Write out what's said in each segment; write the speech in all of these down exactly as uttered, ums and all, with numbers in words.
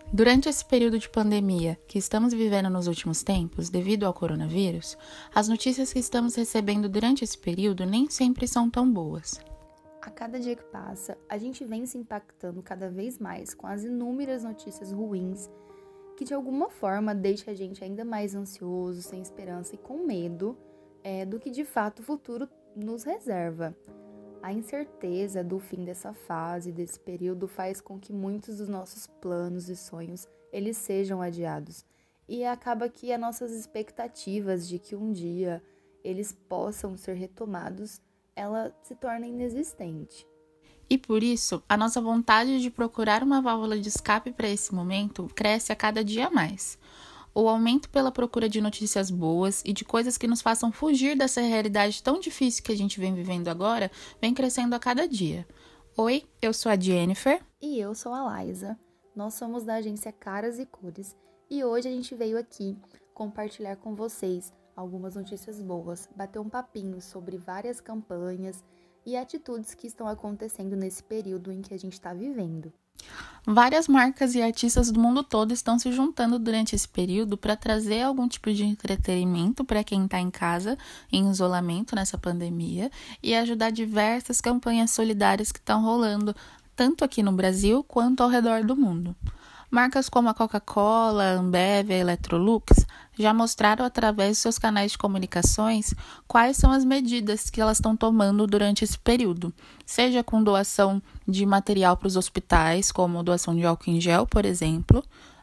Durante esse período de pandemia que estamos vivendo nos últimos tempos, devido ao coronavírus, as notícias que estamos recebendo durante esse período nem sempre são tão boas. A cada dia que passa, a gente vem se impactando cada vez mais com as inúmeras notícias ruins que de alguma forma deixa a gente ainda mais ansioso, sem esperança e com medo é, do que de fato o futuro nos reserva. A incerteza do fim dessa fase, desse período, faz com que muitos dos nossos planos e sonhos eles sejam adiados. E acaba que as nossas expectativas de que um dia eles possam ser retomados, ela se torna inexistente. E por isso, a nossa vontade de procurar uma válvula de escape para esse momento cresce a cada dia mais. O aumento pela procura de notícias boas e de coisas que nos façam fugir dessa realidade tão difícil que a gente vem vivendo agora vem crescendo a cada dia. Oi, eu sou a Jennifer. E eu sou a Liza. Nós somos da agência Caras e Cores e hoje a gente veio aqui compartilhar com vocês algumas notícias boas, bater um papinho sobre várias campanhas e atitudes que estão acontecendo nesse período em que a gente está vivendo. Várias marcas e artistas do mundo todo estão se juntando durante esse período para trazer algum tipo de entretenimento para quem está em casa, em isolamento nessa pandemia, e ajudar diversas campanhas solidárias que estão rolando, tanto aqui no Brasil quanto ao redor do mundo. Marcas como a Coca-Cola, a Ambev e a Electrolux já mostraram através de seus canais de comunicações quais são as medidas que elas estão tomando durante esse período, seja com doação de material para os hospitais, como doação de álcool em gel, por exemplo,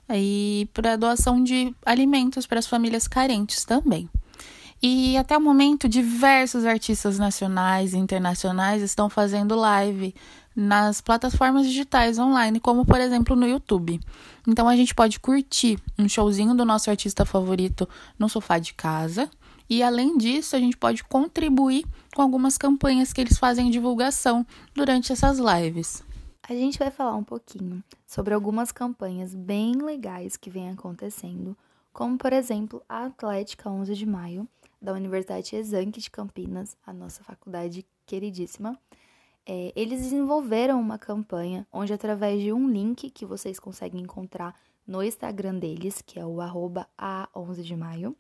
e para doação de alimentos para as famílias carentes também. E até o momento, diversos artistas nacionais e internacionais estão fazendo live nas plataformas digitais online, como por exemplo no YouTube. Então a gente pode curtir um showzinho do nosso artista favorito no sofá de casa e além disso a gente pode contribuir com algumas campanhas que eles fazem divulgação durante essas lives. A gente vai falar um pouquinho sobre algumas campanhas bem legais que vêm acontecendo, como por exemplo a Atlética onze de maio, da Universidade Exanc de Campinas, a nossa faculdade queridíssima. É, eles desenvolveram uma campanha onde, através de um link que vocês conseguem encontrar no Instagram deles, que é o arroba A onze de maio,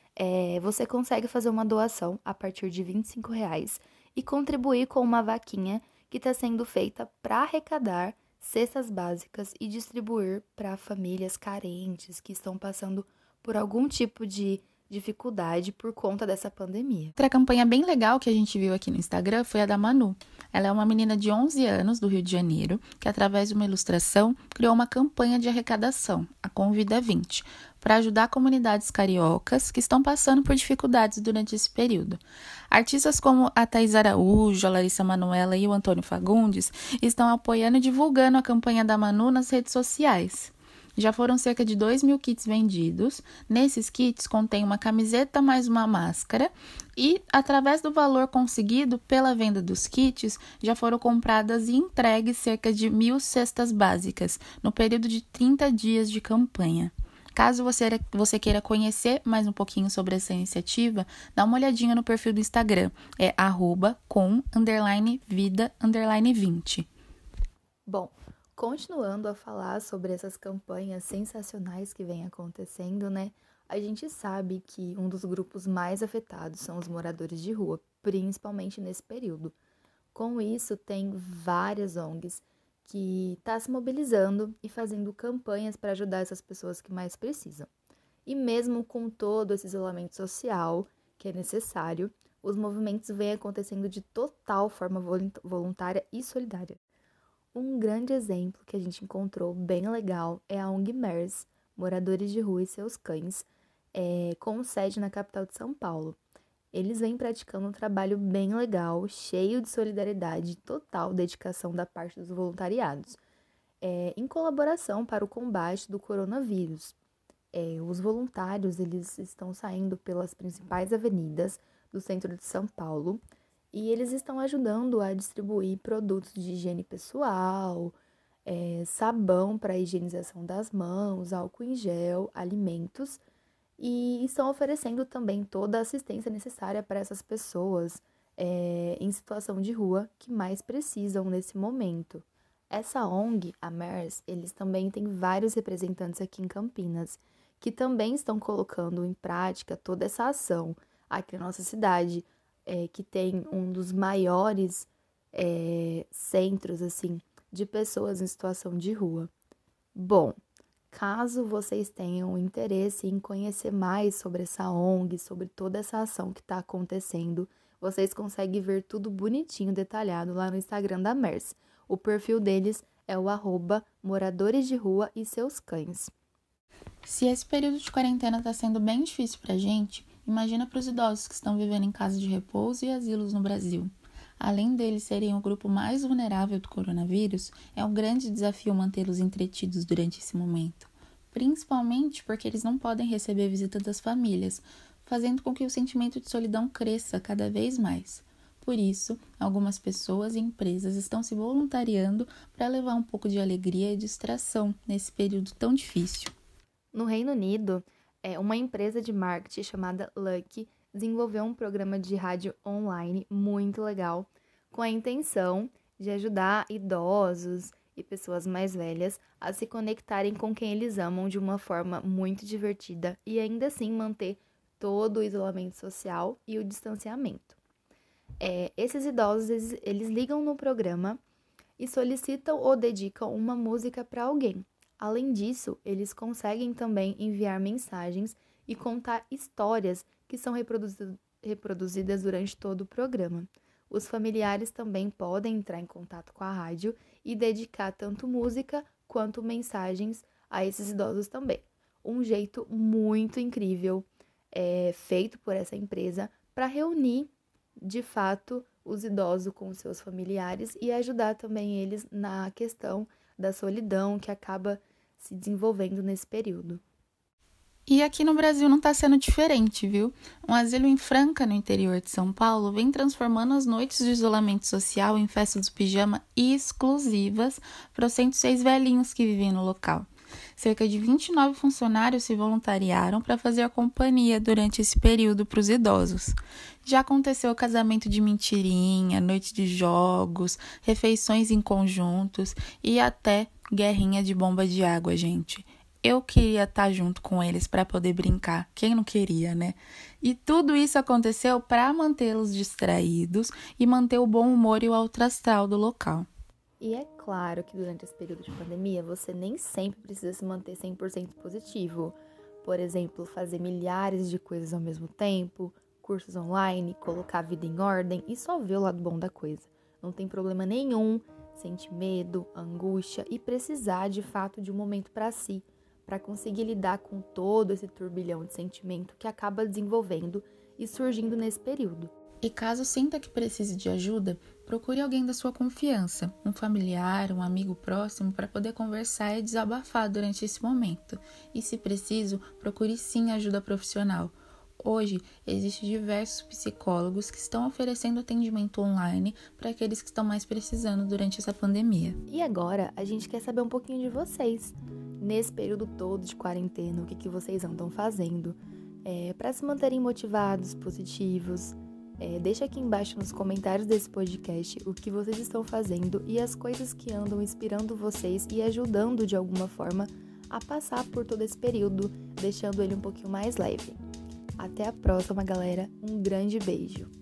é, você consegue fazer uma doação a partir de vinte e cinco reais e contribuir com uma vaquinha que está sendo feita para arrecadar cestas básicas e distribuir para famílias carentes que estão passando por algum tipo de dificuldade por conta dessa pandemia. Outra campanha bem legal que a gente viu aqui no Instagram foi a da Manu. Ela é uma menina de onze anos do Rio de Janeiro que, através de uma ilustração, criou uma campanha de arrecadação, a Convida vinte, para ajudar comunidades cariocas que estão passando por dificuldades durante esse período. Artistas como a Thaís Araújo, a Larissa Manoela e o Antônio Fagundes estão apoiando e divulgando a campanha da Manu nas redes sociais. Já foram cerca de dois mil kits vendidos. Nesses kits contém uma camiseta mais uma máscara e, através do valor conseguido pela venda dos kits, já foram compradas e entregues cerca de mil cestas básicas no período de trinta dias de campanha. Caso você, você queira conhecer mais um pouquinho sobre essa iniciativa, dá uma olhadinha no perfil do Instagram, é arroba com underline vida underline vinte. Bom, continuando a falar sobre essas campanhas sensacionais que vêm acontecendo, né? A gente sabe que um dos grupos mais afetados são os moradores de rua, principalmente nesse período. Com isso, tem várias O N Gs que estão tá se mobilizando e fazendo campanhas para ajudar essas pessoas que mais precisam. E mesmo com todo esse isolamento social que é necessário, os movimentos vêm acontecendo de total forma voluntária e solidária. Um grande exemplo que a gente encontrou bem legal é a O N G MERS, Moradores de Rua e Seus Cães, é, com sede na capital de São Paulo. Eles vêm praticando um trabalho bem legal, cheio de solidariedade e total dedicação da parte dos voluntariados, é, em colaboração para o combate do coronavírus. É, os voluntários eles estão saindo pelas principais avenidas do centro de São Paulo, e eles estão ajudando a distribuir produtos de higiene pessoal, é, sabão para a higienização das mãos, álcool em gel, alimentos, e estão oferecendo também toda a assistência necessária para essas pessoas é, em situação de rua que mais precisam nesse momento. Essa O N G, a MERS, eles também têm vários representantes aqui em Campinas, que também estão colocando em prática toda essa ação aqui na nossa cidade, é, que tem um dos maiores é, centros, assim, de pessoas em situação de rua. Bom, caso vocês tenham interesse em conhecer mais sobre essa O N G, sobre toda essa ação que está acontecendo, vocês conseguem ver tudo bonitinho, detalhado lá no Instagram da MERS. O perfil deles é o arroba moradores de rua e seus cães. Se esse período de quarentena está sendo bem difícil para a gente, imagina para os idosos que estão vivendo em casas de repouso e asilos no Brasil. Além deles serem o grupo mais vulnerável do coronavírus, é um grande desafio mantê-los entretidos durante esse momento, principalmente porque eles não podem receber visita das famílias, fazendo com que o sentimento de solidão cresça cada vez mais. Por isso, algumas pessoas e empresas estão se voluntariando para levar um pouco de alegria e distração nesse período tão difícil. No Reino Unido, uma empresa de marketing chamada Lucky desenvolveu um programa de rádio online muito legal, com a intenção de ajudar idosos e pessoas mais velhas a se conectarem com quem eles amam de uma forma muito divertida e ainda assim manter todo o isolamento social e o distanciamento. É, esses idosos, eles, eles ligam no programa e solicitam ou dedicam uma música para alguém. Além disso, eles conseguem também enviar mensagens e contar histórias que são reproduzidas, reproduzidas durante todo o programa. Os familiares também podem entrar em contato com a rádio e dedicar tanto música quanto mensagens a esses idosos também. Um jeito muito incrível é, feito por essa empresa para reunir, de fato, os idosos com os seus familiares e ajudar também eles na questão da solidão que acaba se desenvolvendo nesse período. E aqui no Brasil não está sendo diferente, viu? Um asilo em Franca, no interior de São Paulo, vem transformando as noites de isolamento social em festas do pijama exclusivas para os cento e seis velhinhos que vivem no local. Cerca de vinte e nove funcionários se voluntariaram para fazer a companhia durante esse período para os idosos. Já aconteceu o casamento de mentirinha, noite de jogos, refeições em conjuntos e até guerrinha de bomba de água, gente. Eu queria estar junto com eles para poder brincar. Quem não queria, né? E tudo isso aconteceu para mantê-los distraídos e manter o bom humor e o alto astral do local. E é claro que durante esse período de pandemia, você nem sempre precisa se manter cem por cento positivo. Por exemplo, fazer milhares de coisas ao mesmo tempo, cursos online, colocar a vida em ordem e só ver o lado bom da coisa. Não tem problema nenhum sentir medo, angústia e precisar de fato de um momento para si, para conseguir lidar com todo esse turbilhão de sentimento que acaba desenvolvendo e surgindo nesse período. E caso sinta que precise de ajuda, procure alguém da sua confiança, um familiar, um amigo próximo, para poder conversar e desabafar durante esse momento. E se preciso, procure sim ajuda profissional. Hoje, existem diversos psicólogos que estão oferecendo atendimento online para aqueles que estão mais precisando durante essa pandemia. E agora, a gente quer saber um pouquinho de vocês. Nesse período todo de quarentena, o que, que vocês andam fazendo é, para se manterem motivados, positivos. É, deixa aqui embaixo nos comentários desse podcast o que vocês estão fazendo e as coisas que andam inspirando vocês e ajudando de alguma forma a passar por todo esse período, deixando ele um pouquinho mais leve. Até a próxima, galera. Um grande beijo.